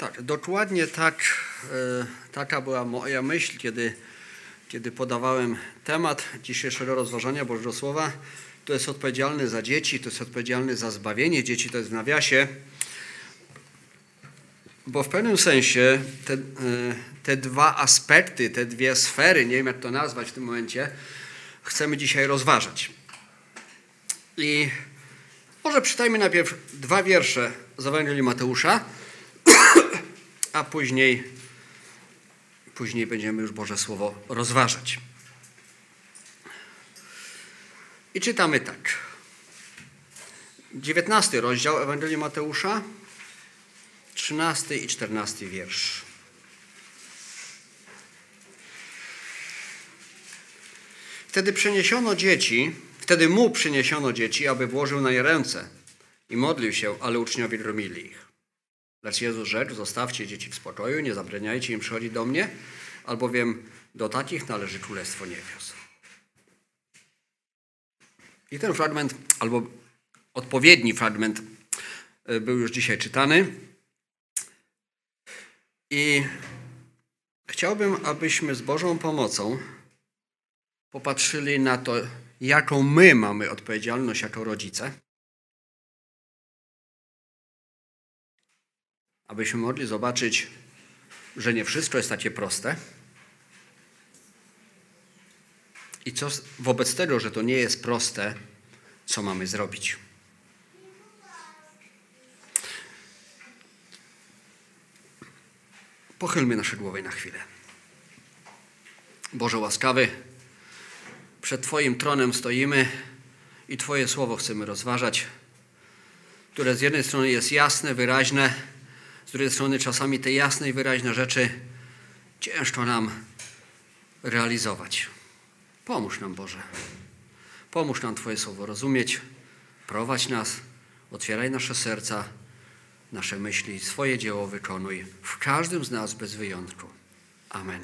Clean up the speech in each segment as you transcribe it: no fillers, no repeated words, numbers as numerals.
Tak, dokładnie tak, taka była moja myśl, kiedy podawałem temat dzisiejszego rozważania Bożego Słowa. To jest odpowiedzialny za dzieci, to jest odpowiedzialny za zbawienie dzieci, to jest w nawiasie. Bo w pewnym sensie te dwa aspekty, te dwie sfery, nie wiem jak to nazwać w tym momencie, chcemy dzisiaj rozważać. I może przeczytajmy najpierw 2 wiersze z Ewangelii Mateusza, a później będziemy już Boże Słowo rozważać. I czytamy tak. 19 rozdział Ewangelii Mateusza, 13 i 14 wiersz. Wtedy mu przyniesiono dzieci, aby włożył na nie ręce i modlił się, ale uczniowie gromili ich. Lecz Jezus rzekł: zostawcie dzieci w spokoju, nie zabraniajcie im przychodzić do mnie, albowiem do takich należy Królestwo Niebios. I ten fragment, albo odpowiedni fragment był już dzisiaj czytany. I chciałbym, abyśmy z Bożą pomocą popatrzyli na to, jaką my mamy odpowiedzialność jako rodzice, abyśmy mogli zobaczyć, że nie wszystko jest takie proste i co wobec tego, że to nie jest proste, co mamy zrobić. Pochylmy nasze głowy na chwilę. Boże łaskawy, przed Twoim tronem stoimy i Twoje słowo chcemy rozważać, które z jednej strony jest jasne, wyraźne, z drugiej strony czasami te jasne i wyraźne rzeczy ciężko nam realizować. Pomóż nam, Boże. Pomóż nam Twoje słowo rozumieć, prowadź nas, otwieraj nasze serca, nasze myśli, swoje dzieło wykonuj w każdym z nas bez wyjątku. Amen.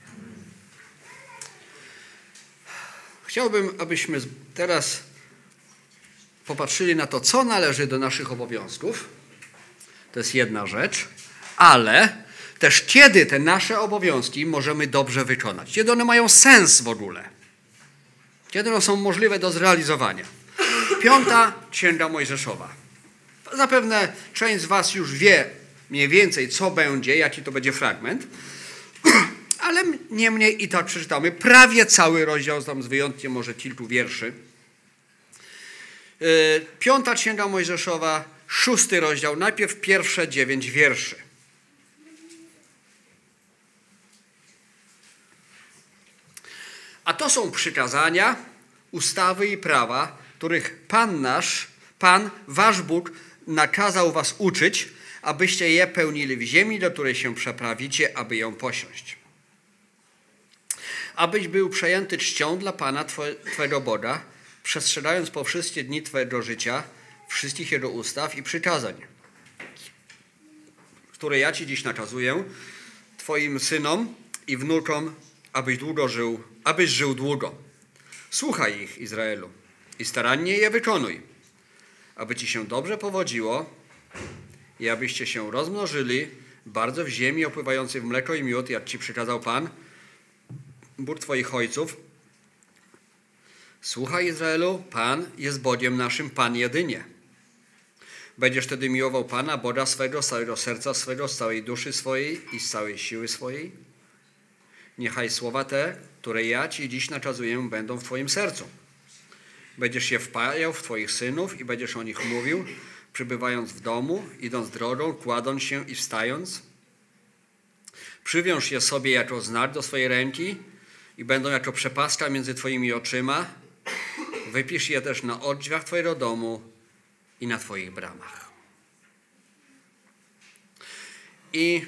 Chciałbym, abyśmy teraz popatrzyli na to, co należy do naszych obowiązków. To jest jedna rzecz, ale też kiedy te nasze obowiązki możemy dobrze wykonać. Kiedy one mają sens w ogóle. Kiedy one są możliwe do zrealizowania. 5. Księga Mojżeszowa. Zapewne część z was już wie mniej więcej, co będzie, jaki to będzie fragment. Ale niemniej i tak przeczytamy prawie cały rozdział, tam z wyjątkiem może kilku wierszy. 5. Księga Mojżeszowa, 6. rozdział, najpierw pierwsze 9 wierszy. A to są przykazania, ustawy i prawa, których Pan, wasz Bóg, nakazał was uczyć, abyście je pełnili w ziemi, do której się przeprawicie, aby ją posiąść. Abyś był przejęty czcią dla Pana, Twego Boga, przestrzegając po wszystkie dni Twojego życia wszystkich Jego ustaw i przykazań, które ja Ci dziś nakazuję, Twoim synom i wnukom, abyś żył długo. Słuchaj ich, Izraelu, i starannie je wykonuj, aby Ci się dobrze powodziło i abyście się rozmnożyli bardzo w ziemi opływającej w mleko i miód, jak Ci przykazał Pan, Bóg Twoich ojców. Słuchaj, Izraelu, Pan jest Bogiem naszym, Pan jedynie. Będziesz wtedy miłował Pana, Boga swego, z całego serca swego, z całej duszy swojej i z całej siły swojej. Niechaj słowa te, które ja Ci dziś nakazuję, będą w Twoim sercu. Będziesz je wpajał w Twoich synów i będziesz o nich mówił, przybywając w domu, idąc drogą, kładąc się i wstając. Przywiąż je sobie jako znak do swojej ręki i będą jako przepaska między Twoimi oczyma. Wypisz je też na drzwiach Twojego domu i na Twoich bramach. I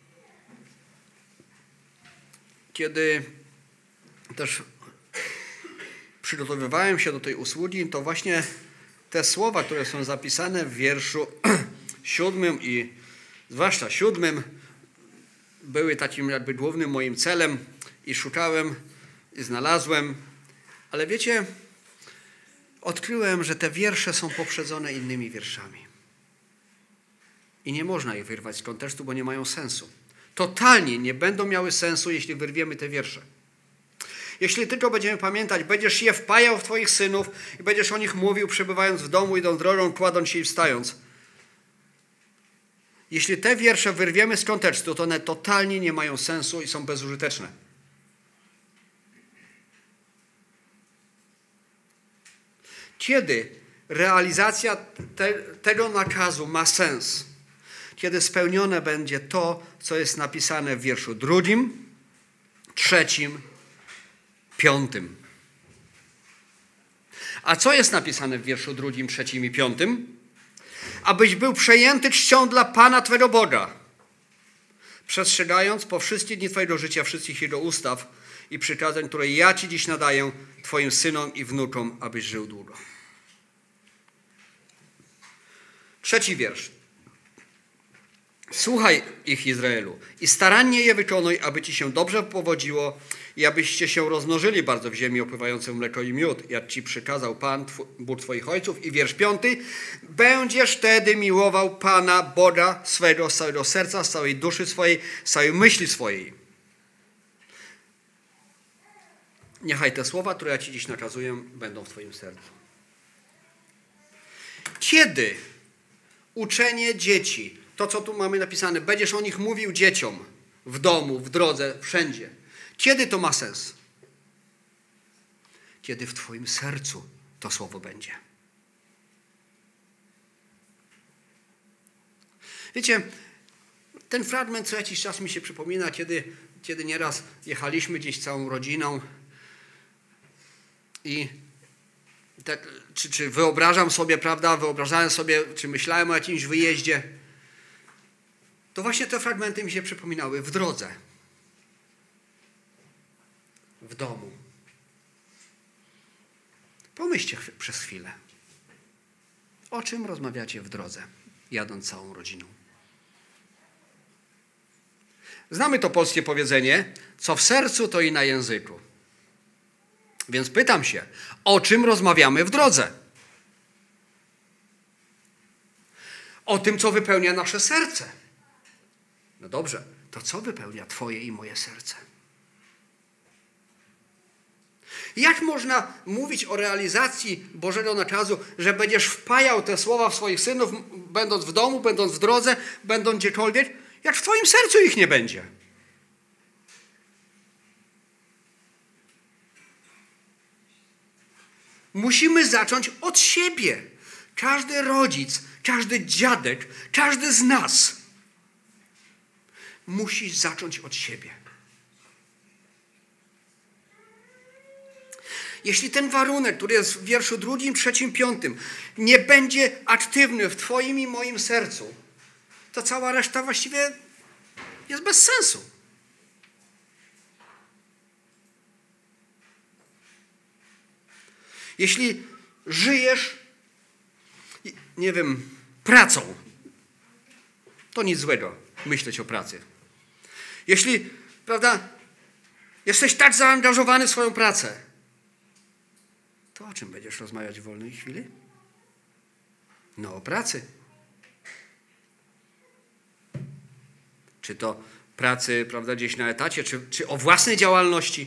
kiedy też przygotowywałem się do tej usługi, to właśnie te słowa, które są zapisane w wierszu 7 i zwłaszcza 7, były takim jakby głównym moim celem i szukałem i znalazłem. Ale wiecie, odkryłem, że te wiersze są poprzedzone innymi wierszami. I nie można ich wyrwać z kontekstu, bo nie mają sensu. Totalnie nie będą miały sensu, jeśli wyrwiemy te wiersze. Jeśli tylko będziemy pamiętać, będziesz je wpajał w twoich synów i będziesz o nich mówił, przebywając w domu, idąc drogą, kładąc się i wstając. Jeśli te wiersze wyrwiemy z kontekstu, to one totalnie nie mają sensu i są bezużyteczne. Kiedy realizacja tego nakazu ma sens? Kiedy spełnione będzie to, co jest napisane w wierszu 2, 3, 5. A co jest napisane w wierszu 2, 3 i 5? Abyś był przejęty czcią dla Pana Twego Boga, przestrzegając po wszystkie dni Twojego życia wszystkich Jego ustaw i przykazań, które ja Ci dziś nadaję, Twoim synom i wnukom, abyś żył długo. 3 wiersz. Słuchaj ich, Izraelu, i starannie je wykonuj, aby ci się dobrze powodziło i abyście się rozmnożyli bardzo w ziemi opływającej mleko i miód, jak ci przykazał Pan, Bóg twoich ojców. I wiersz 5. Będziesz wtedy miłował Pana, Boga swego, z całego serca, z całej duszy swojej, z całej myśli swojej. Niechaj te słowa, które ja ci dziś nakazuję, będą w twoim sercu. Kiedy uczenie dzieci, to co tu mamy napisane, będziesz o nich mówił dzieciom w domu, w drodze, wszędzie. Kiedy to ma sens? Kiedy w twoim sercu to słowo będzie. Wiecie, ten fragment co jakiś czas mi się przypomina, kiedy nieraz jechaliśmy gdzieś całą rodziną i tak, czy wyobrażam sobie, prawda, wyobrażałem sobie, czy myślałem o jakimś wyjeździe, to właśnie te fragmenty mi się przypominały w drodze, w domu. Pomyślcie przez chwilę, o czym rozmawiacie w drodze, jadąc całą rodziną. Znamy to polskie powiedzenie, co w sercu, to i na języku. Więc pytam się, o czym rozmawiamy w drodze? O tym, co wypełnia nasze serce. No dobrze, to co wypełnia twoje i moje serce? Jak można mówić o realizacji Bożego nakazu, że będziesz wpajał te słowa w swoich synów, będąc w domu, będąc w drodze, będąc gdziekolwiek, jak w twoim sercu ich nie będzie? Musimy zacząć od siebie. Każdy rodzic, każdy dziadek, każdy z nas musi zacząć od siebie. Jeśli ten warunek, który jest w wierszu 2, 3, 5, nie będzie aktywny w twoim i moim sercu, to cała reszta właściwie jest bez sensu. Jeśli żyjesz, nie wiem, pracą, to nic złego myśleć o pracy. Jeśli, prawda, jesteś tak zaangażowany w swoją pracę, to o czym będziesz rozmawiać w wolnej chwili? No o pracy. Czy to pracy, prawda, gdzieś na etacie, czy o własnej działalności.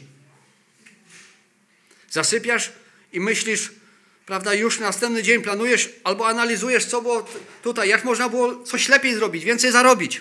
Zasypiasz i myślisz, prawda, już następny dzień planujesz albo analizujesz, co było tutaj, jak można było coś lepiej zrobić, więcej zarobić.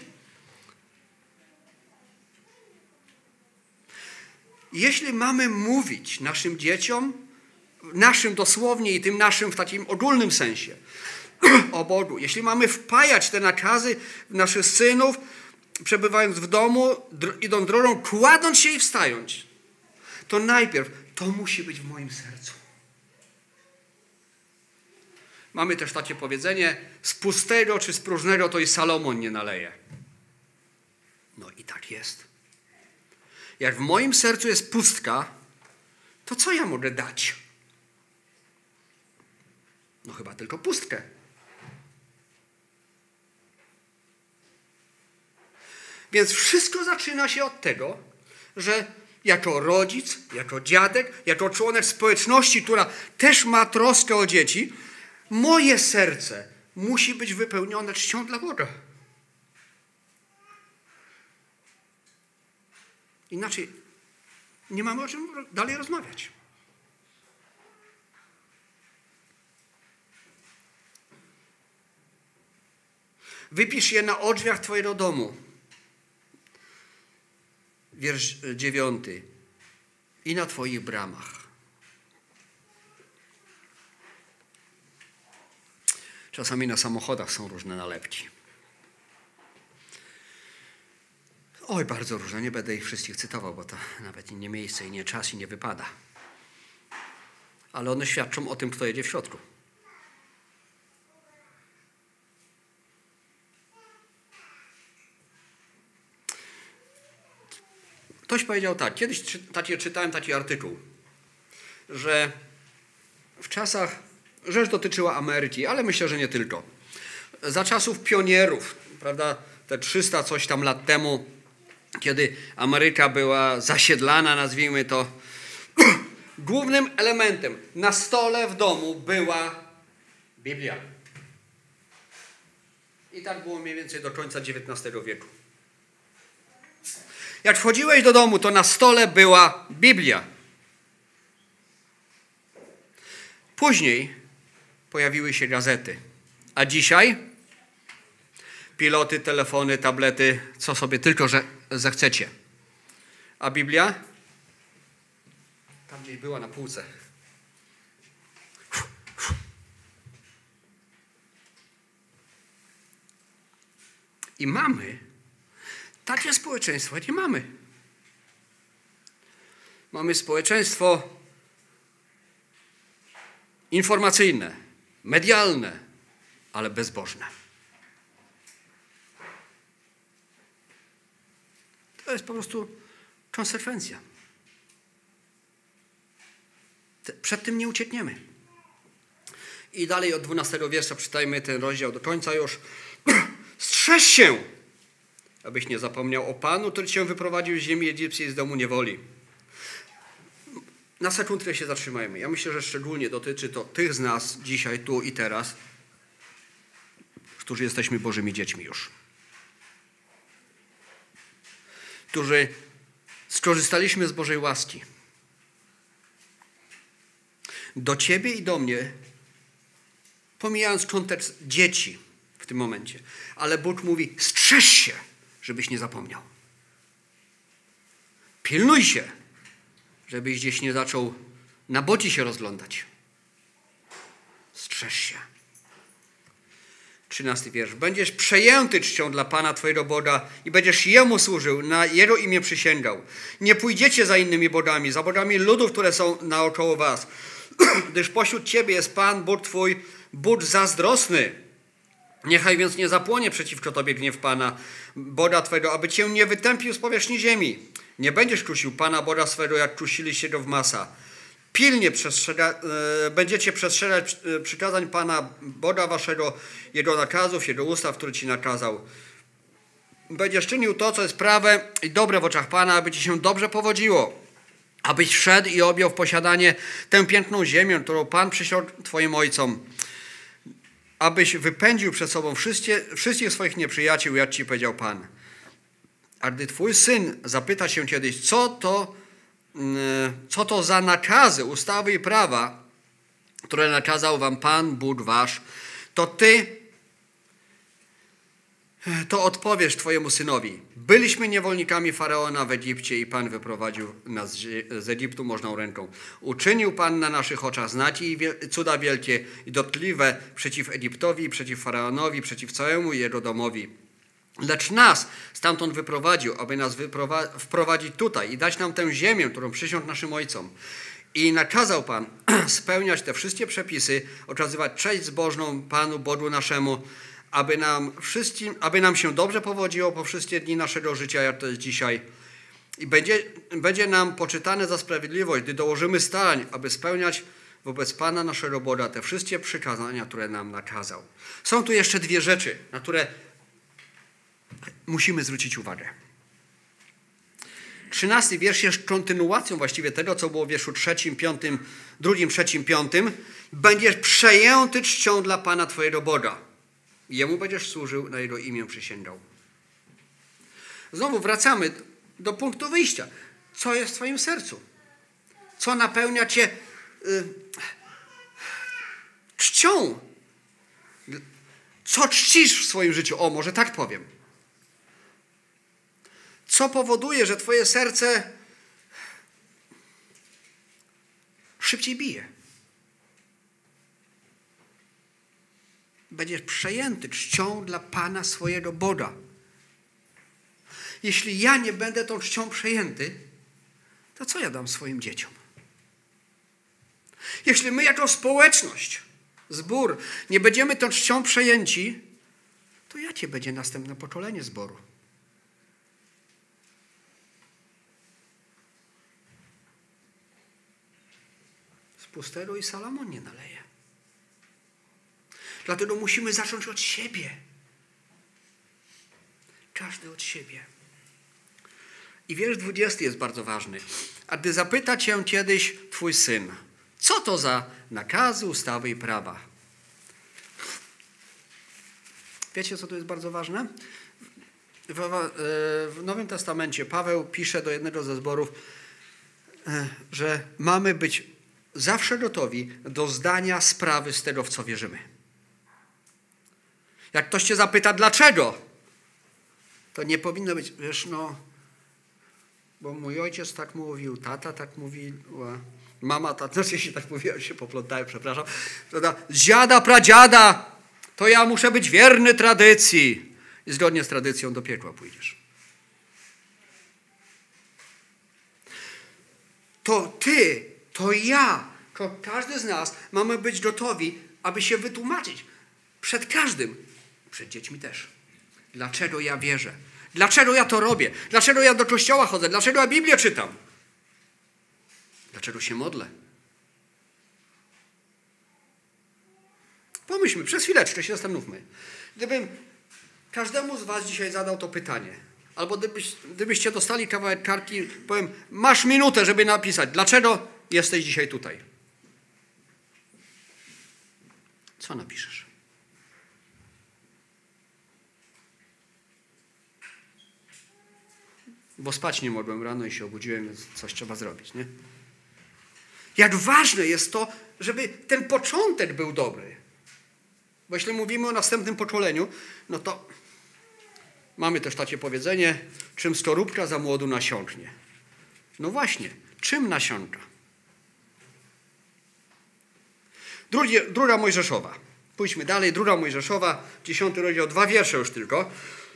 Jeśli mamy mówić naszym dzieciom, naszym dosłownie i tym naszym w takim ogólnym sensie o Bogu, jeśli mamy wpajać te nakazy w naszych synów, przebywając w domu, idąc drogą, kładąc się i wstając, to najpierw to musi być w moim sercu. Mamy też takie powiedzenie, z pustego czy z próżnego to i Salomon nie naleje. No i tak jest. Jak w moim sercu jest pustka, to co ja mogę dać? No chyba tylko pustkę. Więc wszystko zaczyna się od tego, że jako rodzic, jako dziadek, jako członek społeczności, która też ma troskę o dzieci, moje serce musi być wypełnione czcią dla Boga. Inaczej nie mamy o czym dalej rozmawiać. Wypisz je na drzwiach twojego domu. Wiersz 9. I na twoich bramach. Czasami na samochodach są różne nalepki. Oj, bardzo różne. Nie będę ich wszystkich cytował, bo to nawet nie miejsce i nie czas i nie wypada. Ale one świadczą o tym, kto jedzie w środku. Ktoś powiedział tak, kiedyś czytałem taki artykuł, że w czasach, rzecz dotyczyła Ameryki, ale myślę, że nie tylko. Za czasów pionierów, prawda, te 300 coś tam lat temu, kiedy Ameryka była zasiedlana, nazwijmy to, głównym elementem na stole w domu była Biblia. I tak było mniej więcej do końca XIX wieku. Jak wchodziłeś do domu, to na stole była Biblia. Później pojawiły się gazety. A dzisiaj piloty, telefony, tablety, co sobie tylko zechcecie. A Biblia? Tam gdzieś była na półce. I mamy takie społeczeństwo, jakie mamy. Mamy społeczeństwo informacyjne, medialne, ale bezbożne. To jest po prostu konsekwencja. Przed tym nie uciekniemy. I dalej od 12 wiersza czytajmy ten rozdział do końca już. Strzeż się, abyś nie zapomniał o Panu, który cię wyprowadził z ziemi egipskiej, z domu niewoli. Na sekundkę się zatrzymajmy. Ja myślę, że szczególnie dotyczy to tych z nas dzisiaj, tu i teraz, którzy jesteśmy Bożymi dziećmi już. Którzy skorzystaliśmy z Bożej łaski. Do ciebie i do mnie, pomijając kontekst dzieci w tym momencie, ale Bóg mówi, strzeż się, żebyś nie zapomniał. Pilnuj się, żebyś gdzieś nie zaczął na boci się rozglądać. Strzeż się. 13 wiersz. Będziesz przejęty czcią dla Pana twojego Boga i będziesz Jemu służył, na Jego imię przysięgał. Nie pójdziecie za innymi bogami, za bogami ludów, które są naokoło was, gdyż pośród ciebie jest Pan, Bóg twój, Bóg zazdrosny. Niechaj więc nie zapłonie przeciwko tobie gniew Pana, Boga twego, aby cię nie wytępił z powierzchni ziemi. Nie będziesz kusił Pana Boga swego, jak kusiliście go w Masa. Pilnie będziecie przestrzegać przykazań Pana Boga waszego, Jego nakazów, Jego ustaw, który ci nakazał. Będziesz czynił to, co jest prawe i dobre w oczach Pana, aby ci się dobrze powodziło. Abyś wszedł i objął w posiadanie tę piękną ziemię, którą Pan przysiągł twoim ojcom. Abyś wypędził przed sobą wszystkich swoich nieprzyjaciół, jak ci powiedział Pan. A gdy twój syn zapyta się kiedyś, co to za nakazy, ustawy i prawa, które nakazał wam Pan, Bóg wasz, to ty odpowiesz twojemu synowi. Byliśmy niewolnikami Faraona w Egipcie i Pan wyprowadził nas z Egiptu możną ręką. Uczynił Pan na naszych oczach znaki i cuda wielkie i dotkliwe przeciw Egiptowi, przeciw Faraonowi, przeciw całemu jego domowi. Lecz nas stamtąd wyprowadził, aby nas wprowadzić tutaj i dać nam tę ziemię, którą przysiągł naszym ojcom. I nakazał Pan spełniać te wszystkie przepisy, okazywać cześć zbożną Panu Bogu naszemu, aby nam się dobrze powodziło po wszystkie dni naszego życia, jak to jest dzisiaj. I będzie nam poczytane za sprawiedliwość, gdy dołożymy starań, aby spełniać wobec Pana naszego Boga te wszystkie przykazania, które nam nakazał. Są tu jeszcze dwie rzeczy, na które musimy zwrócić uwagę. 13 wiersz jest kontynuacją właściwie tego, co było w wierszu 3, 5, 2, 3, 5. Będziesz przejęty czcią dla Pana twojego Boga. Jemu będziesz służył, na Jego imię przysięgał. Znowu wracamy do punktu wyjścia. Co jest w twoim sercu? Co napełnia cię czcią? Co czcisz w swoim życiu? O, może tak powiem. Co powoduje, że twoje serce szybciej bije? Będziesz przejęty czcią dla Pana swojego Boga. Jeśli ja nie będę tą czcią przejęty, to co ja dam swoim dzieciom? Jeśli my jako społeczność, zbór, nie będziemy tą czcią przejęci, to jakie będzie następne pokolenie zboru? Z pustego i Salomon nie naleje. Dlatego musimy zacząć od siebie. Każdy od siebie. I wiersz 20 jest bardzo ważny. A gdy zapyta cię kiedyś twój syn, co to za nakazy, ustawy i prawa? Wiecie, co tu jest bardzo ważne? W Nowym Testamencie Paweł pisze do jednego ze zborów, że mamy być zawsze gotowi do zdania sprawy z tego, w co wierzymy. Jak ktoś cię zapyta, dlaczego? To nie powinno być, wiesz, bo mój ojciec tak mówił, tata tak mówiła, mama, tata, jeśli tak mówiła, się poplątałem, przepraszam. Dziada, pradziada, to ja muszę być wierny tradycji. I zgodnie z tradycją do piekła pójdziesz. To ty, to ja, to każdy z nas mamy być gotowi, aby się wytłumaczyć przed każdym, przed dziećmi też. Dlaczego ja wierzę? Dlaczego ja to robię? Dlaczego ja do kościoła chodzę? Dlaczego ja Biblię czytam? Dlaczego się modlę? Pomyślmy, przez chwileczkę się zastanówmy. Gdybym każdemu z was dzisiaj zadał to pytanie, albo gdybyście dostali kawałek kartki, powiem, masz minutę, żeby napisać, dlaczego jesteś dzisiaj tutaj? Co napiszesz? Bo spać nie mogłem rano i się obudziłem, więc coś trzeba zrobić, nie? Jak ważne jest to, żeby ten początek był dobry. Bo jeśli mówimy o następnym pokoleniu, no to mamy też takie powiedzenie, czym skorupka za młodu nasiąknie. No właśnie, czym nasiąka? Druga Mojżeszowa. Pójdźmy dalej, druga Mojżeszowa, 10 rozdział, 2 wiersze już tylko.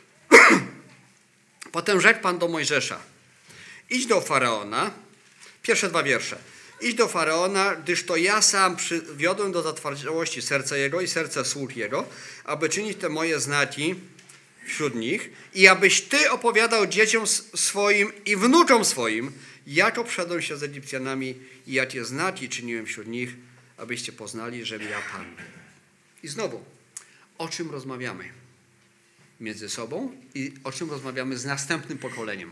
Potem rzekł Pan do Mojżesza, idź do Faraona, pierwsze 2 wiersze. Idź do Faraona, gdyż to ja sam przywiodłem do zatwardziałości serca jego i serca sług jego, aby czynić te moje znaki wśród nich i abyś ty opowiadał dzieciom swoim i wnukom swoim, jak obszedłem się z Egipcjanami i jakie znaki czyniłem wśród nich, abyście poznali, że ja Pan. I znowu, o czym rozmawiamy między sobą i o czym rozmawiamy z następnym pokoleniem?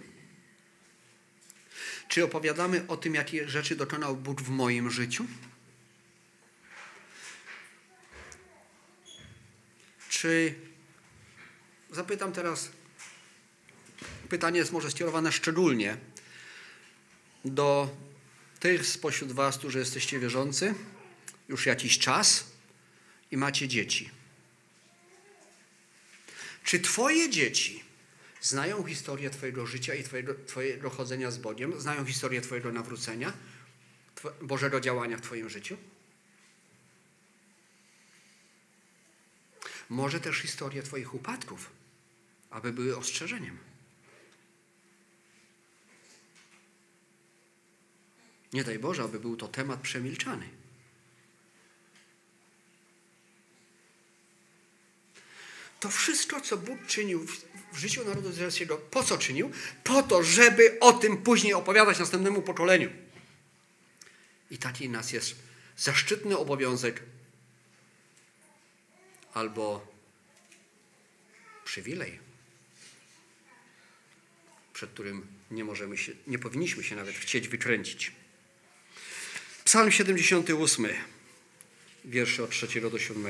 Czy opowiadamy o tym, jakie rzeczy dokonał Bóg w moim życiu? Czy zapytam teraz, pytanie jest może skierowane szczególnie do tych spośród was, którzy jesteście wierzący już jakiś czas i macie dzieci. Czy twoje dzieci znają historię twojego życia i twojego chodzenia z Bogiem? Znają historię twojego nawrócenia, Bożego działania w twoim życiu? Może też historię twoich upadków, aby były ostrzeżeniem. Nie daj Boże, aby był to temat przemilczany. To wszystko, co Bóg czynił w życiu narodu izraelskiego, po co czynił? Po to, żeby o tym później opowiadać następnemu pokoleniu. I taki nas jest zaszczytny obowiązek albo przywilej, przed którym nie powinniśmy się nawet chcieć wykręcić. Psalm 78, wiersze od 3 do 7.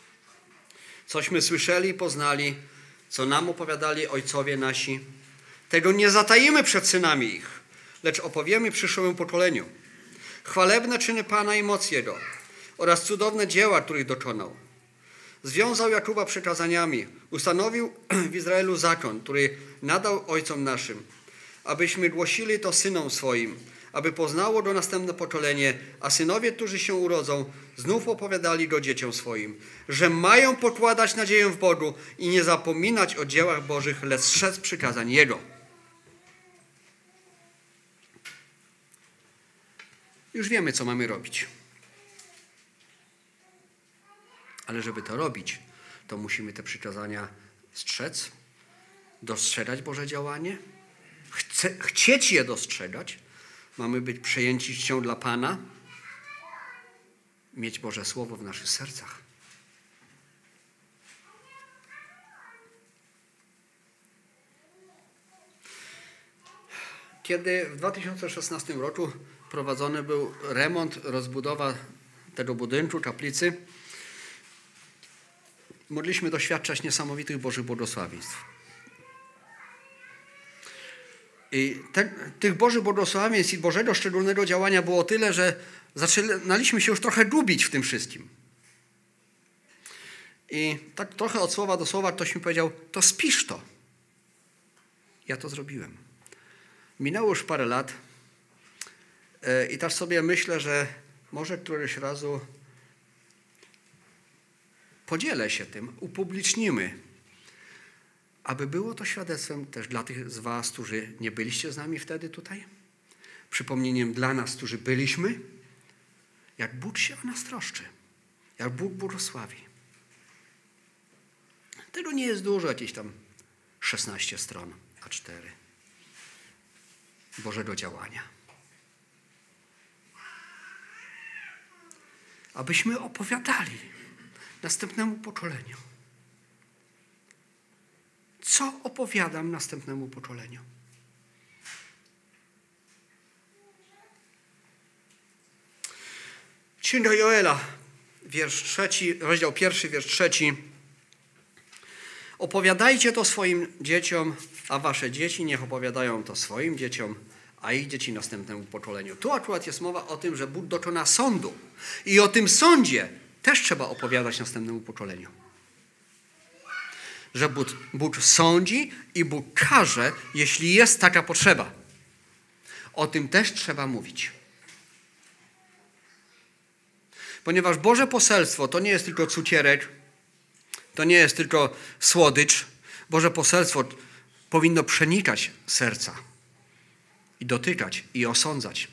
Cośmy słyszeli i poznali, co nam opowiadali ojcowie nasi, Tego nie zatajimy przed synami ich, lecz opowiemy przyszłemu pokoleniu. Chwalebne czyny Pana i moc Jego oraz cudowne dzieła, których dokonał. Związał Jakuba przykazaniami, ustanowił w Izraelu zakon, który nadał ojcom naszym, abyśmy głosili to synom swoim, aby poznało go następne pokolenie, a synowie, którzy się urodzą, znów opowiadali go dzieciom swoim, że mają pokładać nadzieję w Bogu i nie zapominać o dziełach Bożych, lecz strzec przykazań Jego. Już wiemy, co mamy robić. Ale żeby to robić, to musimy te przykazania strzec, dostrzegać Boże działanie, chcieć je dostrzegać. Mamy być przejęci czcią dla Pana, mieć Boże Słowo w naszych sercach. Kiedy w 2016 roku prowadzony był remont, rozbudowa tego budynku, kaplicy, mogliśmy doświadczać niesamowitych Bożych błogosławieństw. I tych Bożych błogosławieństw i Bożego szczególnego działania było tyle, że zaczynaliśmy się już trochę gubić w tym wszystkim. I tak trochę od słowa do słowa ktoś mi powiedział, to spisz to. Ja to zrobiłem. Minęło już parę lat i też sobie myślę, że może któregoś razu podzielę się tym, upublicznimy, aby było to świadectwem też dla tych z was, którzy nie byliście z nami wtedy tutaj, przypomnieniem dla nas, którzy byliśmy, jak Bóg się o nas troszczy, jak Bóg błogosławi. Tego nie jest dużo, jakieś tam 16 stron A4 Bożego działania. Abyśmy opowiadali następnemu pokoleniu. Co opowiadam następnemu pokoleniu? Księga Joela, wiersz 3, rozdział 1, wiersz 3. Opowiadajcie to swoim dzieciom, a wasze dzieci niech opowiadają to swoim dzieciom, a ich dzieci następnemu pokoleniu. Tu akurat jest mowa o tym, że Bóg dokona sądu. I o tym sądzie też trzeba opowiadać następnemu pokoleniu. Że Bóg sądzi i Bóg karze, jeśli jest taka potrzeba. O tym też trzeba mówić. Ponieważ Boże poselstwo to nie jest tylko cukierek, to nie jest tylko słodycz. Boże poselstwo powinno przenikać serca i dotykać i osądzać.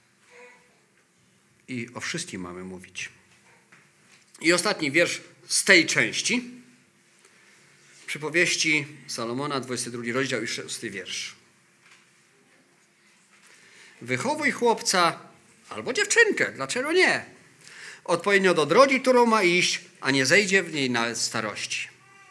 I o wszystkim mamy mówić. I ostatni wiersz z tej części. Przypowieści Salomona, 22 rozdział i 6 wiersz. Wychowuj chłopca albo dziewczynkę, dlaczego nie? Odpowiednio do drogi, którą ma iść, a nie zejdzie w niej nawet starości.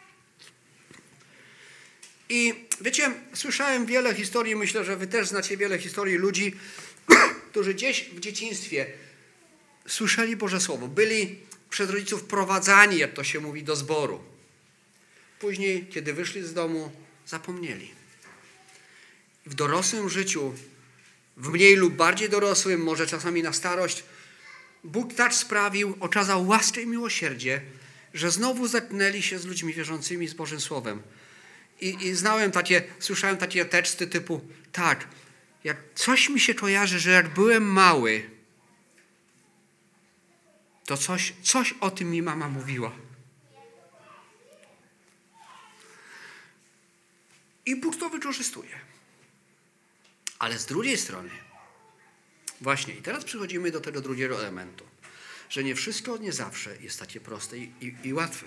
I wiecie, słyszałem wiele historii, myślę, że wy też znacie wiele historii ludzi, którzy gdzieś w dzieciństwie słyszeli Boże Słowo, byli przez rodziców prowadzani, jak to się mówi, do zboru. Później, kiedy wyszli z domu, zapomnieli. W dorosłym życiu, w mniej lub bardziej dorosłym, może czasami na starość, Bóg tak sprawił, okazał łaskę i miłosierdzie, że znowu zetknęli się z ludźmi wierzącymi z Bożym Słowem. I słyszałem takie teksty typu, tak, jak coś mi się kojarzy, że jak byłem mały, to coś o tym mi mama mówiła. I Bóg to wykorzystuje. Ale z drugiej strony, właśnie, i teraz przechodzimy do tego drugiego elementu, że nie wszystko nie zawsze jest takie proste i łatwe.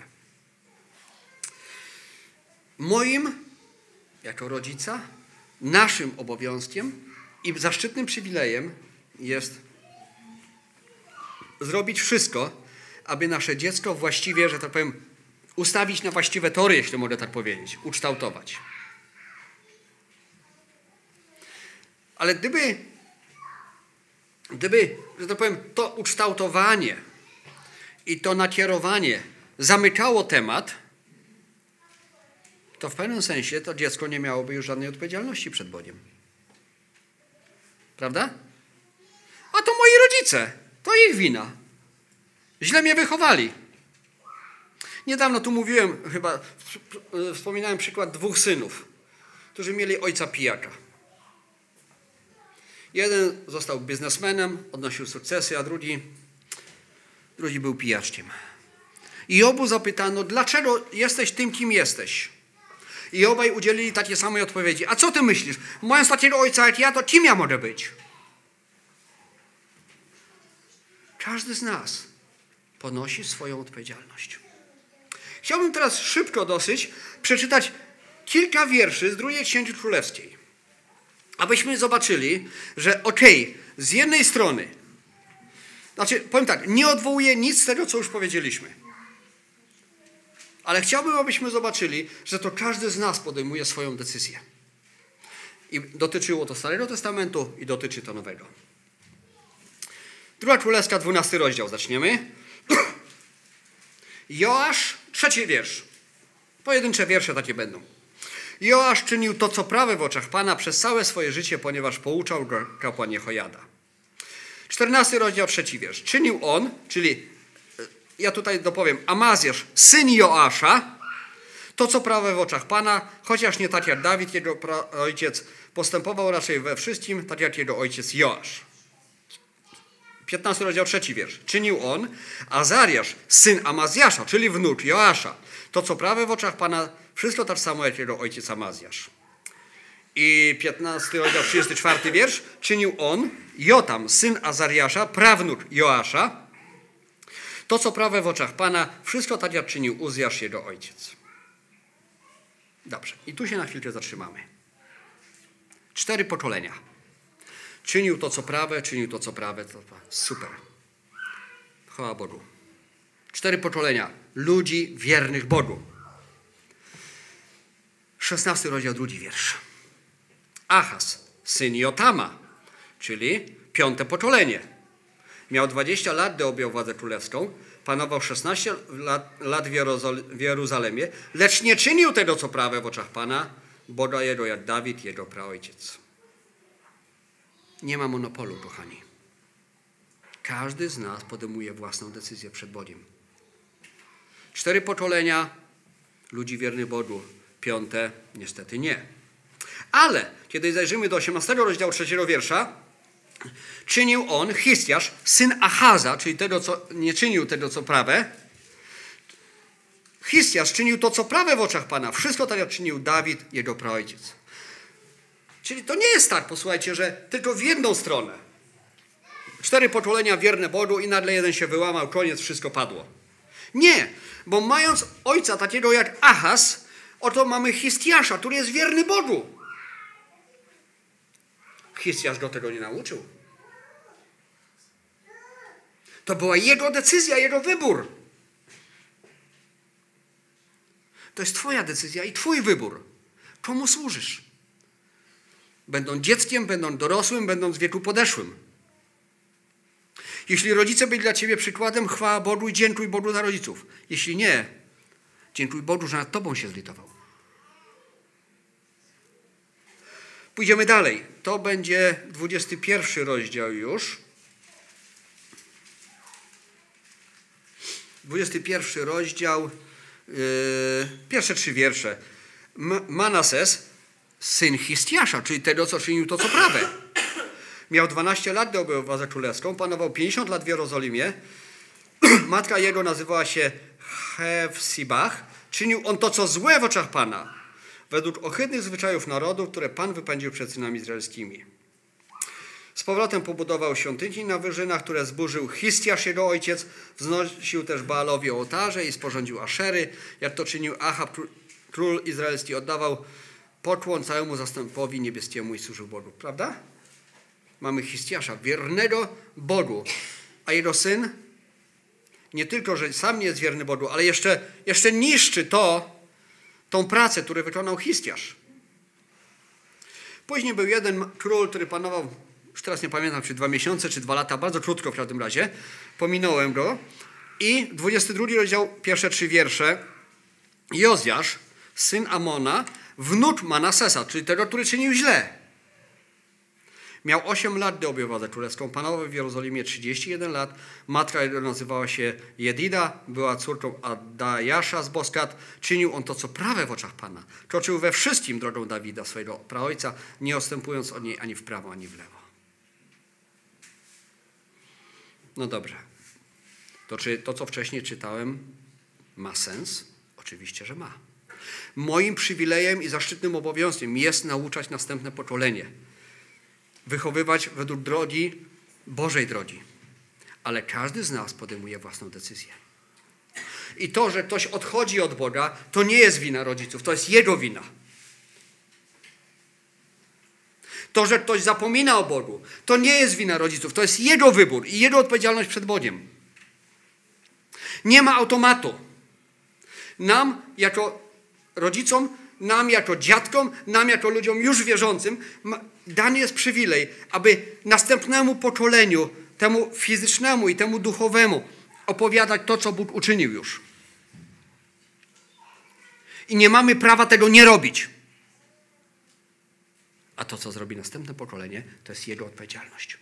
Moim, jako rodzica, naszym obowiązkiem i zaszczytnym przywilejem jest zrobić wszystko, aby nasze dziecko właściwie, że tak powiem, ustawić na właściwe tory, jeśli mogę tak powiedzieć, ukształtować. Ale gdyby, że tak powiem, to ukształtowanie i to nakierowanie zamykało temat, to w pewnym sensie to dziecko nie miałoby już żadnej odpowiedzialności przed Bogiem. Prawda? A to moi rodzice. To ich wina. Źle mnie wychowali. Niedawno tu mówiłem, chyba wspominałem przykład 2 synów, którzy mieli ojca pijaka. Jeden został biznesmenem, odnosił sukcesy, a drugi był pijaczkiem. I obu zapytano, dlaczego jesteś tym, kim jesteś? I obaj udzielili takiej samej odpowiedzi. A co ty myślisz? Mając takiego ojca jak ja, to kim ja mogę być? Każdy z nas ponosi swoją odpowiedzialność. Chciałbym teraz szybko dosyć przeczytać kilka wierszy z 2 Księgi Królewskiej. Abyśmy zobaczyli, że z jednej strony, powiem tak, nie odwołuję nic z tego, co już powiedzieliśmy. Ale chciałbym, abyśmy zobaczyli, że to każdy z nas podejmuje swoją decyzję. I dotyczyło to Starego Testamentu i dotyczy to Nowego. 2 Królewska, 12 rozdział, zaczniemy. Joasz, 3 wiersz. Pojedyncze wiersze takie będą. Joasz czynił to, co prawe w oczach Pana przez całe swoje życie, ponieważ pouczał go kapłan Jehojada. 14 rozdział, 3 wiersz. Czynił on, czyli, ja tutaj dopowiem, Amazjasz, syn Joasza, to, co prawe w oczach Pana, chociaż nie tak jak Dawid, jego ojciec, postępował raczej we wszystkim, tak jak jego ojciec Joasz. 15 rozdział, 3 wiersz. Czynił on, Azariasz, syn Amazjasza, czyli wnuk Joasza, to, co prawe w oczach Pana, wszystko tak samo jak jego ojciec Amazjasz. I 15 rozdział, 34 wiersz. Czynił on, Jotam, syn Azariasza, prawnuk Joasza, to, co prawe w oczach Pana, wszystko tak jak czynił Uzjasz, jego ojciec. Dobrze, i tu się na chwilkę zatrzymamy. 4 pokolenia. Czynił to, co prawe, czynił to, co prawe. Super. Chwała Bogu. 4 pokolenia ludzi wiernych Bogu. 16 rozdział, 2 wiersz. Achaz, syn Jotama, czyli 5 pokolenie. Miał 20 lat, gdy objął władzę królewską. Panował 16 lat w Jeruzalemie, lecz nie czynił tego, co prawe w oczach Pana, Boga jego jak Dawid, jego praojciec. Nie ma monopolu, kochani. Każdy z nas podejmuje własną decyzję przed Bogiem. 4 pokolenia ludzi wiernych Bogu. 5 niestety nie. Ale kiedy zajrzymy do 18 rozdziału 3 wiersza, czynił on, Histiasz, syn Achaza, czyli tego, co nie czynił tego, co prawe. Histiasz czynił to, co prawe w oczach Pana. Wszystko tak, jak czynił Dawid, jego praojciec. Czyli to nie jest tak, posłuchajcie, że tylko w jedną stronę. 4 pokolenia wierne Bogu i nagle jeden się wyłamał, koniec, wszystko padło. Nie, bo mając ojca takiego jak Achaz, oto mamy Histiasza, który jest wierny Bogu. Histiasz go tego nie nauczył. To była jego decyzja, jego wybór. To jest twoja decyzja i twój wybór. Komu służysz? Będąc dzieckiem, będąc dorosłym, będąc w wieku podeszłym. Jeśli rodzice byli dla ciebie przykładem, chwała Bogu i dziękuj Bogu za rodziców. Jeśli nie, dziękuj Bogu, że nad tobą się zlitował. Pójdziemy dalej. To będzie 21 rozdział już. 21 rozdział, pierwsze 3 wiersze. Manases, syn Histiasza, czyli tego, co czynił to, co prawe. Miał 12 lat, gdy objął władzę królewską, panował 50 lat w Jerozolimie. Matka jego nazywała się Hefsibach. Czynił on to, co złe w oczach Pana, według ohydnych zwyczajów narodu, które Pan wypędził przed synami izraelskimi. Z powrotem pobudował świątyni na wyżynach, które zburzył Histiasz, jego ojciec. Wznosił też Baalowi ołtarze i sporządził aszery, jak to czynił Achab, król izraelski. Oddawał pokłon całemu zastępowi niebieskiemu i służył Bogu. Prawda? Mamy Histiasza, wiernego Bogu. A jego syn nie tylko, że sam nie jest wierny Bogu, ale jeszcze niszczy tą pracę, którą wykonał Histiasz. Później był jeden król, który panował, już teraz nie pamiętam, czy 2 miesiące, czy 2 lata, bardzo krótko w każdym razie. Pominąłem go. I 22 rozdział, pierwsze 3 wiersze. Jozjasz, syn Amona, wnuk Manasesa, czyli tego, który czynił źle. Miał 8 lat, gdy objął królewską. Panował w Jerozolimie 31 lat. Matka jego nazywała się Jedida, była córką Adajasza z Boskat. Czynił on to, co prawe w oczach Pana. Kroczył we wszystkim drogą Dawida, swojego praojca, nie odstępując od niej ani w prawo, ani w lewo. No dobrze. To czy to, co wcześniej czytałem, ma sens? Oczywiście, że ma. Moim przywilejem i zaszczytnym obowiązkiem jest nauczać następne pokolenie. Wychowywać według drogi, Bożej drogi. Ale każdy z nas podejmuje własną decyzję. I to, że ktoś odchodzi od Boga, to nie jest wina rodziców, to jest jego wina. To, że ktoś zapomina o Bogu, to nie jest wina rodziców, to jest jego wybór i jego odpowiedzialność przed Bogiem. Nie ma automatu. Nam, jako rodzicom, nam jako dziadkom, nam jako ludziom już wierzącym dany jest przywilej, aby następnemu pokoleniu, temu fizycznemu i temu duchowemu opowiadać to, co Bóg uczynił już. I nie mamy prawa tego nie robić. A to, co zrobi następne pokolenie, to jest jego odpowiedzialność.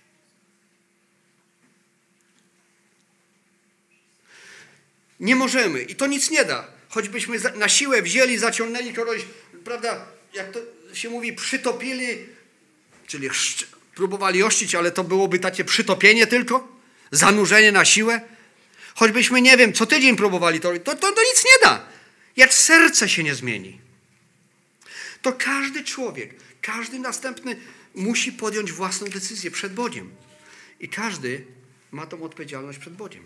Nie możemy i to nic nie da. Choćbyśmy na siłę wzięli, zaciągnęli kogoś, prawda, jak to się mówi, przytopili, czyli próbowali ochrzcić, ale to byłoby takie przytopienie tylko, zanurzenie na siłę. Choćbyśmy, nie wiem, co tydzień próbowali to nic nie da. Jak serce się nie zmieni. To każdy człowiek, każdy następny musi podjąć własną decyzję przed Bogiem. I każdy ma tą odpowiedzialność przed Bogiem.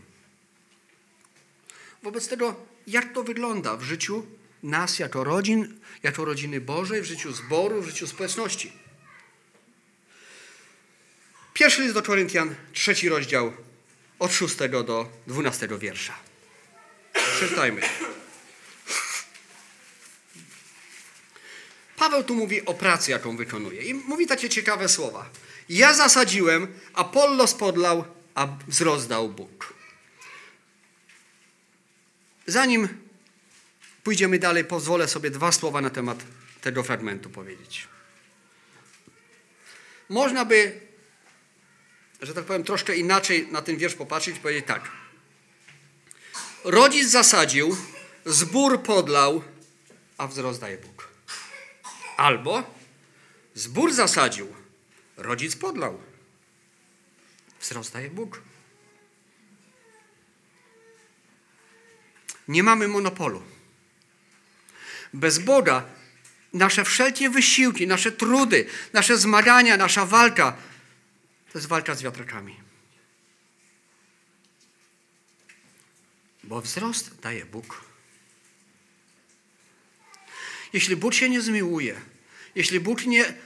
Wobec tego, jak to wygląda w życiu nas jako rodzin, jako rodziny Bożej, w życiu zboru, w życiu społeczności? Pierwszy list do Koryntian, 3 rozdział, od 6 do 12 wiersza. Przeczytajmy. Paweł tu mówi o pracy, jaką wykonuje. I mówi takie ciekawe słowa. Ja zasadziłem, Apollos podlał, a wzrost dał Bóg. Zanim pójdziemy dalej, pozwolę sobie 2 słowa na temat tego fragmentu powiedzieć. Można by, że tak powiem, troszkę inaczej na ten wiersz popatrzeć i powiedzieć tak. Rodzic zasadził, zbór podlał, a wzrost daje Bóg. Albo zbór zasadził, rodzic podlał, wzrost daje Bóg. Nie mamy monopolu. Bez Boga nasze wszelkie wysiłki, nasze trudy, nasze zmagania, nasza walka to jest walka z wiatrakami. Bo wzrost daje Bóg. Jeśli Bóg się nie zmiłuje, jeśli Bóg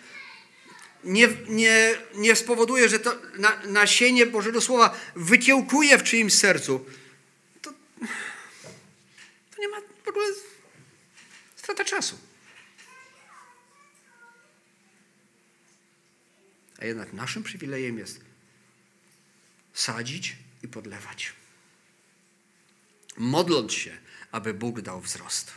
nie spowoduje, że to nasienie Bożego Słowa wykiełkuje w czyimś sercu, to nie ma w ogóle strata czasu. A jednak naszym przywilejem jest sadzić i podlewać. Modląc się, aby Bóg dał wzrost.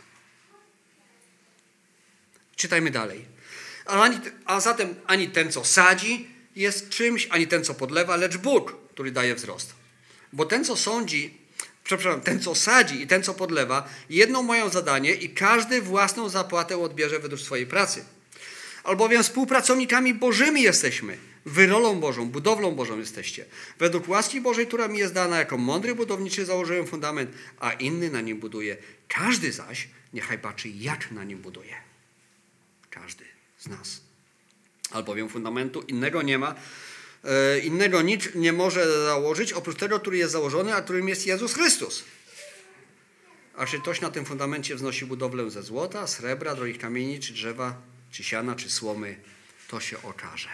Czytajmy dalej. A zatem ani ten, co sadzi, jest czymś, ani ten, co podlewa, lecz Bóg, który daje wzrost. Bo ten, co sadzi i ten, co podlewa, jedną mają zadanie i każdy własną zapłatę odbierze według swojej pracy. Albowiem współpracownikami Bożymi jesteśmy. Wy rolą Bożą, budowlą Bożą jesteście. Według łaski Bożej, która mi jest dana, jako mądry budowniczy założyłem fundament, a inny na nim buduje. Każdy zaś niechaj patrzy, jak na nim buduje. Każdy z nas. Albowiem fundamentu innego nie ma, innego nic nie może założyć, oprócz tego, który jest założony, a którym jest Jezus Chrystus. A czy ktoś na tym fundamencie wznosi budowlę ze złota, srebra, drogich kamieni, czy drzewa, czy siana, czy słomy, to się okaże.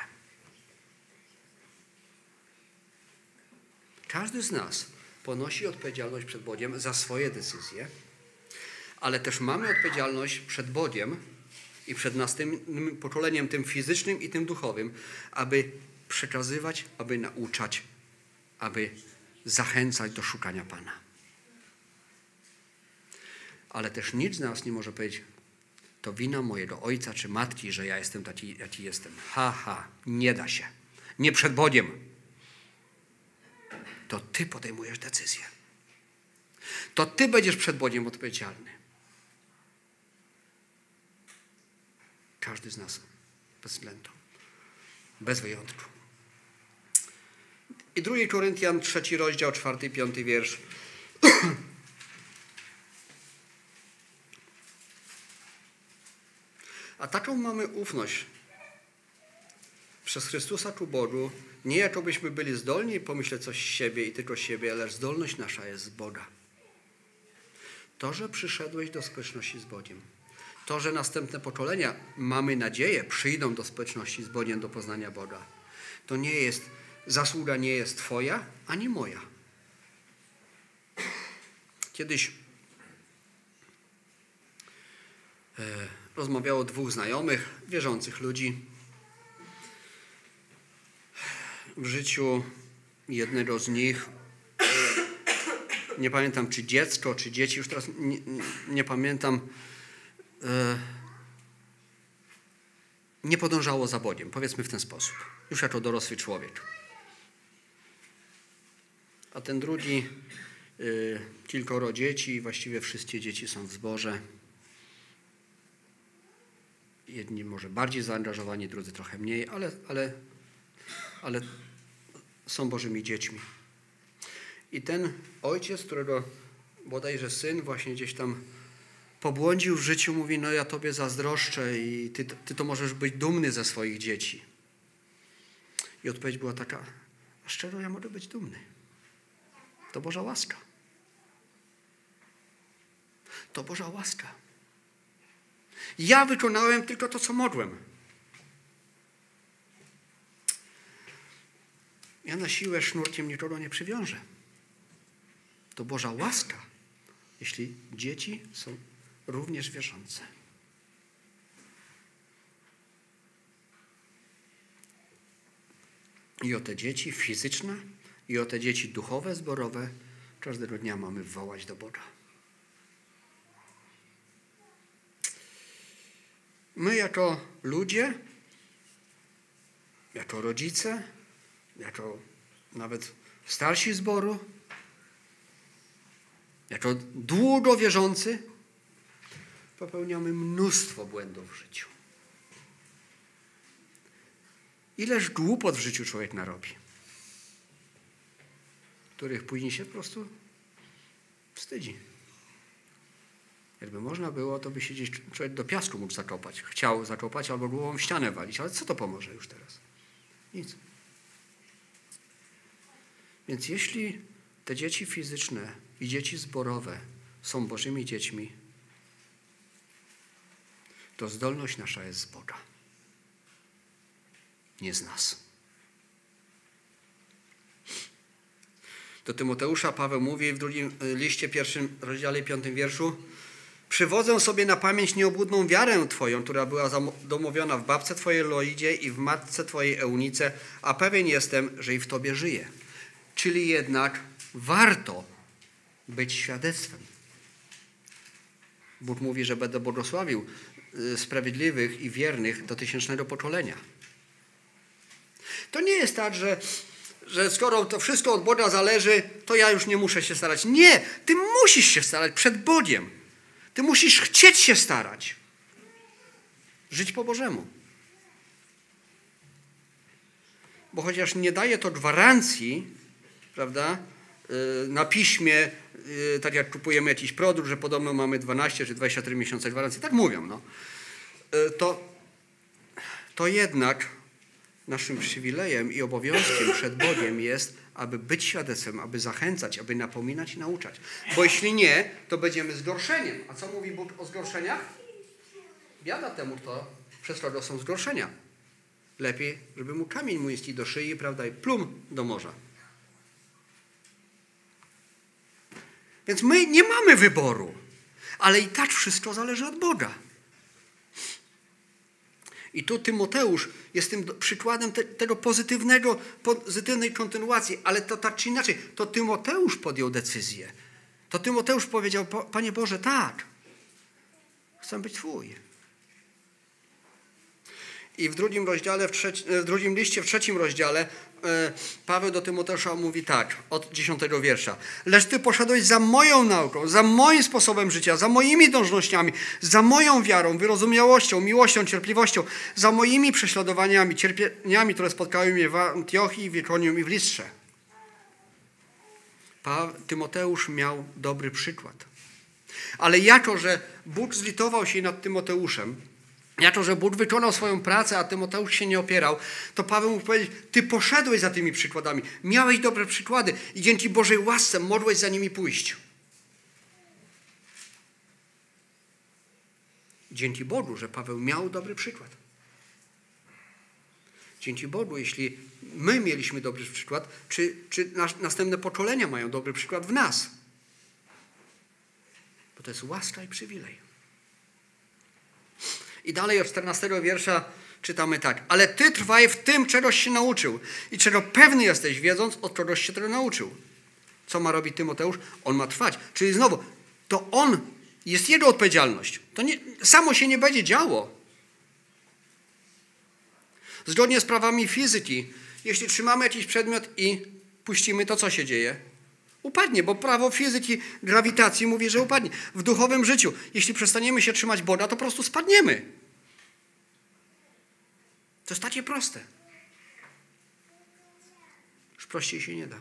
Każdy z nas ponosi odpowiedzialność przed Bogiem za swoje decyzje, ale też mamy odpowiedzialność przed Bogiem i przed następnym pokoleniem, tym fizycznym i tym duchowym, aby przekazywać, aby nauczać, aby zachęcać do szukania Pana. Ale też nic z nas nie może powiedzieć, to wina mojego ojca czy matki, że ja jestem taki, jaki jestem. Nie da się. Nie przed Bogiem. To ty podejmujesz decyzję. To ty będziesz przed Bogiem odpowiedzialny. Każdy z nas. Bez względu. Bez wyjątku. I 2 Koryntian, 3 rozdział, 4 i 5 wiersz. A taką mamy ufność przez Chrystusa ku Bogu, nie jakobyśmy byli zdolni pomyśleć coś z siebie i tylko siebie, lecz zdolność nasza jest z Boga. To, że przyszedłeś do społeczności z Bogiem, to, że następne pokolenia, mamy nadzieję, przyjdą do społeczności z Bogiem, do poznania Boga, to nie jest, zasługa nie jest twoja, ani moja. Kiedyś rozmawiało 2 znajomych, wierzących ludzi. W życiu jednego z nich, nie pamiętam czy dziecko, czy dzieci, już teraz nie pamiętam, nie podążało za Bogiem, powiedzmy w ten sposób, już jako dorosły człowiek. A ten drugi, kilkoro dzieci, właściwie wszystkie dzieci są w zborze. Jedni może bardziej zaangażowani, drudzy trochę mniej, ale są Bożymi dziećmi. I ten ojciec, którego bodajże syn właśnie gdzieś tam pobłądził w życiu, mówi, no ja tobie zazdroszczę i ty to możesz być dumny ze swoich dzieci. I odpowiedź była taka, a szczerze ja mogę być dumny. To Boża łaska. To Boża łaska. Ja wykonałem tylko to, co mogłem. Ja na siłę sznurkiem nikogo nie przywiążę. To Boża łaska, jeśli dzieci są również wierzące. I o te dzieci fizyczne, i o te dzieci duchowe, zborowe, każdego dnia mamy wołać do Boga. My jako ludzie, jako rodzice, jako nawet starsi zboru, jako długo wierzący, popełniamy mnóstwo błędów w życiu. Ileż głupot w życiu człowiek narobi, których później się po prostu wstydzi. Jakby można było, to by się gdzieś człowiek do piasku mógł zakopać. Chciał zakopać albo głową w ścianę walić. Ale co to pomoże już teraz? Nic. Więc jeśli te dzieci fizyczne i dzieci zborowe są Bożymi dziećmi, to zdolność nasza jest z Boga. Nie z nas. Do Tymoteusza Paweł mówi w 2 liście, 1 rozdziale 5 wierszu: przywodzę sobie na pamięć nieobłudną wiarę Twoją, która była domówiona w babce Twojej Loidzie i w matce Twojej Eunice, a pewien jestem, że i w Tobie żyje. Czyli jednak warto być świadectwem. Bóg mówi, że będę błogosławił sprawiedliwych i wiernych do 1000 pokolenia. To nie jest tak, że skoro to wszystko od Boga zależy, to ja już nie muszę się starać. Nie, ty musisz się starać przed Bogiem. Ty musisz chcieć się starać. Żyć po Bożemu. Bo chociaż nie daje to gwarancji, prawda, na piśmie, tak jak kupujemy jakiś produkt, że podobno mamy 12 czy 24 miesiące gwarancji, tak mówią, no, to jednak naszym przywilejem i obowiązkiem przed Bogiem jest, aby być świadectwem, aby zachęcać, aby napominać i nauczać. Bo jeśli nie, to będziemy zgorszeniem. A co mówi Bóg o zgorszeniach? Biada temu, kto przez kogo są zgorszenia. Lepiej, żeby mu kamień umieścić do szyi, prawda, i plum do morza. Więc my nie mamy wyboru, ale i tak wszystko zależy od Boga. I tu Tymoteusz jest tym przykładem tego pozytywnej kontynuacji, ale to tak czy inaczej, to Tymoteusz podjął decyzję. To Tymoteusz powiedział: Panie Boże, tak, chcę być Twój. I w drugim rozdziale, w drugim liście, w 3 rozdziale Paweł do Tymoteusza mówi tak, od 10 wiersza. Lecz ty poszedłeś za moją nauką, za moim sposobem życia, za moimi dążnościami, za moją wiarą, wyrozumiałością, miłością, cierpliwością, za moimi prześladowaniami, cierpieniami, które spotkały mnie w Antiochii, w Ikonium i w Listrze. Tymoteusz miał dobry przykład. Ale jako, że Bóg zlitował się nad Tymoteuszem, jako, że Bóg wykonał swoją pracę, a Tymoteusz się nie opierał, to Paweł mógł powiedzieć, ty poszedłeś za tymi przykładami, miałeś dobre przykłady i dzięki Bożej łasce mogłeś za nimi pójść. Dzięki Bogu, że Paweł miał dobry przykład. Dzięki Bogu, jeśli my mieliśmy dobry przykład, czy następne pokolenia mają dobry przykład w nas. Bo to jest łaska i przywilej. I dalej od 14 wiersza czytamy tak. Ale ty trwaj w tym, czegoś się nauczył i czego pewny jesteś, wiedząc, od kogoś się tego nauczył. Co ma robić Tymoteusz? On ma trwać. Czyli znowu, to on, jest jego odpowiedzialność. To samo się nie będzie działo. Zgodnie z prawami fizyki, jeśli trzymamy jakiś przedmiot i puścimy, to co się dzieje? Upadnie, bo prawo fizyki, grawitacji mówi, że upadnie. W duchowym życiu, jeśli przestaniemy się trzymać Boga, to po prostu spadniemy. To jest takie proste. Już prościej się nie da.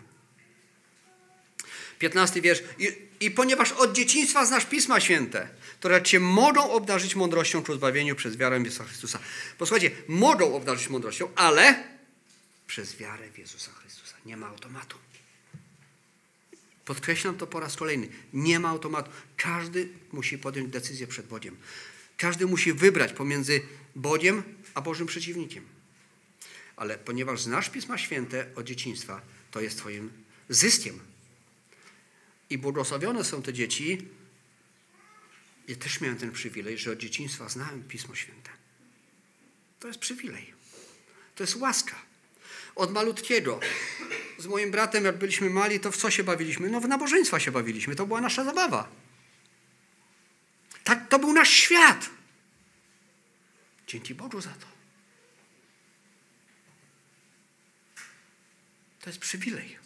15 wiersz. I ponieważ od dzieciństwa znasz Pisma Święte, które cię mogą obdarzyć mądrością ku zbawieniu przez wiarę w Jezusa Chrystusa. Posłuchajcie, mogą obdarzyć mądrością, ale przez wiarę w Jezusa Chrystusa. Nie ma automatu. Podkreślam to po raz kolejny. Nie ma automatu. Każdy musi podjąć decyzję przed Bogiem. Każdy musi wybrać pomiędzy Bogiem a Bożym przeciwnikiem. Ale ponieważ znasz Pisma Święte od dzieciństwa, to jest twoim zyskiem. I błogosławione są te dzieci. Ja też miałem ten przywilej, że od dzieciństwa znałem Pismo Święte. To jest przywilej. To jest łaska. Od malutkiego. Z moim bratem, jak byliśmy mali, to w co się bawiliśmy? No w nabożeństwa się bawiliśmy. To była nasza zabawa. Tak, to był nasz świat. Dzięki Bogu za to. To jest przywilej.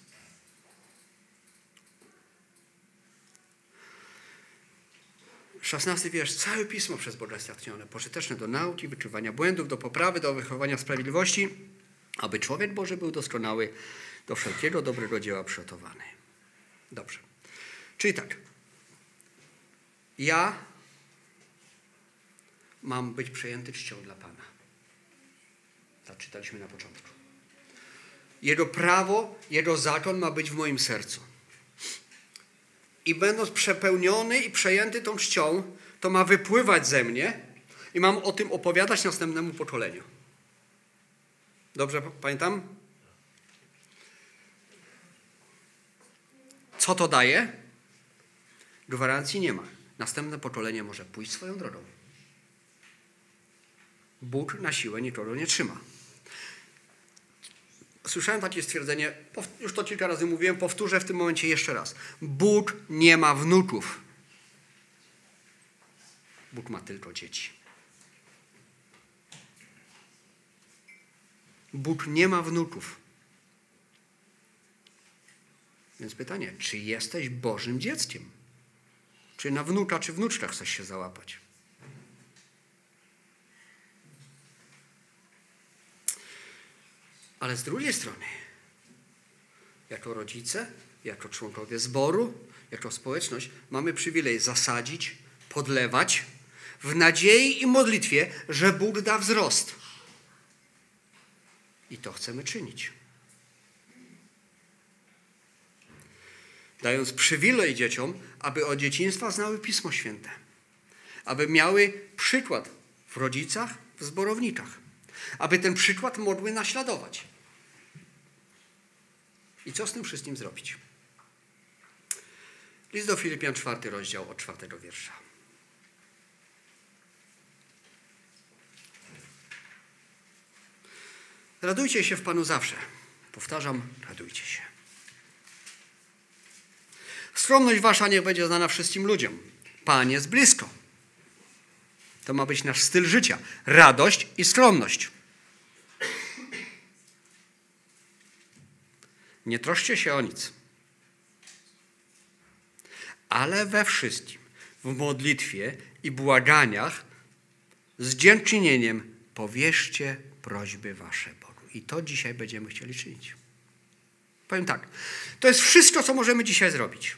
Szesnasty wiersz. Całe Pismo przez Boga jest stwierdzone, pożyteczne do nauki, wykrywania błędów, do poprawy, do wychowania w sprawiedliwości, aby człowiek Boży był doskonały, do wszelkiego dobrego dzieła przygotowany. Dobrze. Czyli tak. Ja mam być przejęty czcią dla Pana. Tak czytaliśmy na początku. Jego prawo, Jego zakon ma być w moim sercu. I będąc przepełniony i przejęty tą czcią, to ma wypływać ze mnie i mam o tym opowiadać następnemu pokoleniu. Dobrze pamiętam? Co to daje? Gwarancji nie ma. Następne pokolenie może pójść swoją drogą. Bóg na siłę nikogo nie trzyma. Słyszałem takie stwierdzenie, już to kilka razy mówiłem, powtórzę w tym momencie jeszcze raz. Bóg nie ma wnuków. Bóg ma tylko dzieci. Bóg nie ma wnuków. Więc pytanie, czy jesteś Bożym dzieckiem? Czy na wnuka, czy wnuczka chcesz się załapać? Ale z drugiej strony, jako rodzice, jako członkowie zboru, jako społeczność, mamy przywilej zasadzić, podlewać w nadziei i modlitwie, że Bóg da wzrost. I to chcemy czynić. Dając przywilej dzieciom, aby od dzieciństwa znały Pismo Święte. Aby miały przykład w rodzicach, w zborownikach. Aby ten przykład mogły naśladować. I co z tym wszystkim zrobić? List do Filipian, 4 rozdział, od 4 wiersza. Radujcie się w Panu zawsze. Powtarzam, radujcie się. Skromność wasza niech będzie znana wszystkim ludziom. Pan jest blisko. To ma być nasz styl życia. Radość i skromność. Nie troszcie się o nic. Ale we wszystkim, w modlitwie i błaganiach, z dziękczynieniem powierzcie prośby wasze Bogu. I to dzisiaj będziemy chcieli czynić. Powiem tak, to jest wszystko, co możemy dzisiaj zrobić.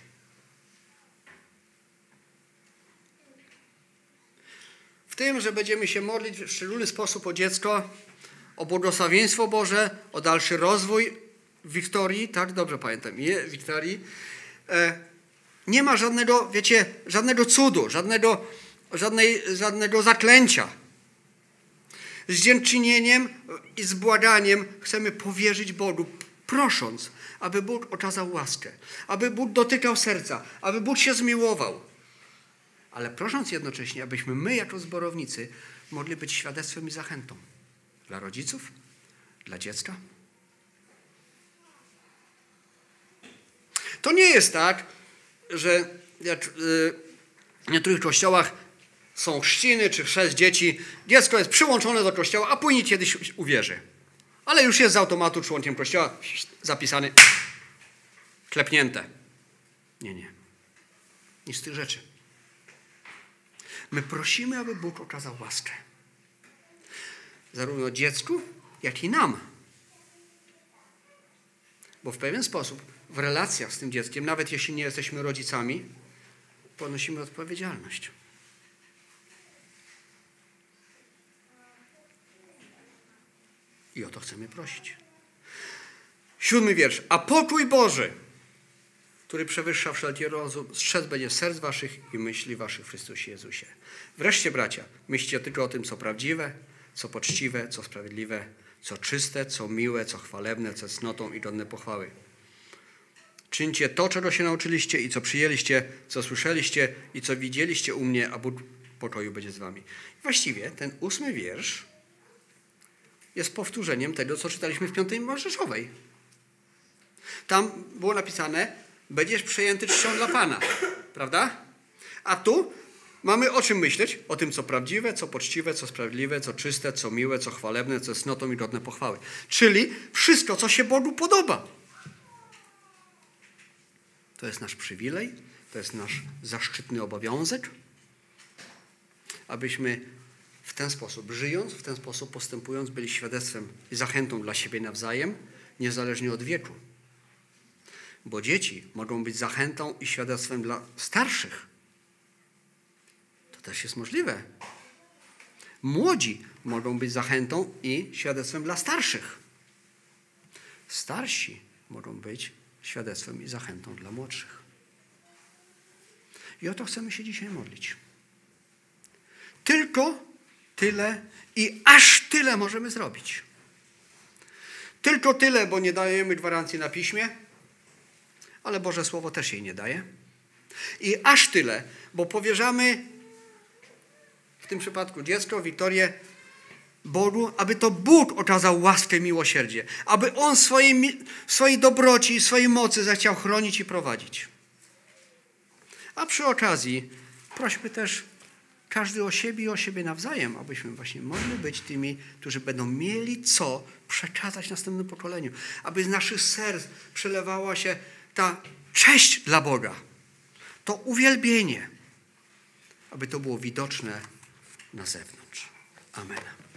W tym, że będziemy się modlić w szczególny sposób o dziecko, o błogosławieństwo Boże, o dalszy rozwój Wiktorii, tak, dobrze pamiętam, Wiktorii. Nie ma żadnego, wiecie, żadnego cudu, żadnego zaklęcia. Z dziękczynieniem i z błaganiem chcemy powierzyć Bogu, prosząc, aby Bóg okazał łaskę, aby Bóg dotykał serca, aby Bóg się zmiłował. Ale prosząc jednocześnie, abyśmy my jako zborownicy mogli być świadectwem i zachętą dla rodziców, dla dziecka. To nie jest tak, że jak w niektórych kościołach są chrzciny czy chrzest dzieci, dziecko jest przyłączone do kościoła, a później kiedyś uwierzy. Ale już jest z automatu członkiem kościoła, zapisany, klepnięte. Nie. Nic z tych rzeczy. My prosimy, aby Bóg okazał łaskę. Zarówno dziecku, jak i nam. Bo w pewien sposób w relacjach z tym dzieckiem, nawet jeśli nie jesteśmy rodzicami, ponosimy odpowiedzialność. I o to chcemy prosić. 7 wiersz. A pokój Boży, który przewyższa wszelki rozum, strzec będzie serc waszych i myśli waszych w Chrystusie Jezusie. Wreszcie, bracia, myślcie tylko o tym, co prawdziwe, co poczciwe, co sprawiedliwe, co czyste, co miłe, co chwalebne, co cnotą i godne pochwały. Czyńcie to, czego się nauczyliście i co przyjęliście, co słyszeliście i co widzieliście u mnie, a Bóg pokoju będzie z wami. Właściwie ten 8 wiersz jest powtórzeniem tego, co czytaliśmy w 5 Mojżeszowej. Tam było napisane, będziesz przejęty czcią dla Pana. Prawda? A tu mamy o czym myśleć? O tym, co prawdziwe, co poczciwe, co sprawiedliwe, co czyste, co miłe, co chwalebne, co cnotą i godne pochwały. Czyli wszystko, co się Bogu podoba. To jest nasz przywilej, to jest nasz zaszczytny obowiązek, abyśmy w ten sposób żyjąc, w ten sposób postępując, byli świadectwem i zachętą dla siebie nawzajem, niezależnie od wieku. Bo dzieci mogą być zachętą i świadectwem dla starszych. To też jest możliwe. Młodzi mogą być zachętą i świadectwem dla starszych. Starsi mogą być świadectwem i zachętą dla młodszych. I o to chcemy się dzisiaj modlić. Tylko tyle i aż tyle możemy zrobić. Tylko tyle, bo nie dajemy gwarancji na piśmie, ale Boże Słowo też jej nie daje. I aż tyle, bo powierzamy w tym przypadku dziecko, Wiktorię, Bogu, aby to Bóg okazał łaskę i miłosierdzie. Aby On swojej dobroci i swojej mocy zechciał chronić i prowadzić. A przy okazji prośmy też każdy o siebie i o siebie nawzajem, abyśmy właśnie mogli być tymi, którzy będą mieli co przekazać następnemu pokoleniu. Aby z naszych serc przelewała się ta cześć dla Boga. To uwielbienie. Aby to było widoczne na zewnątrz. Amen.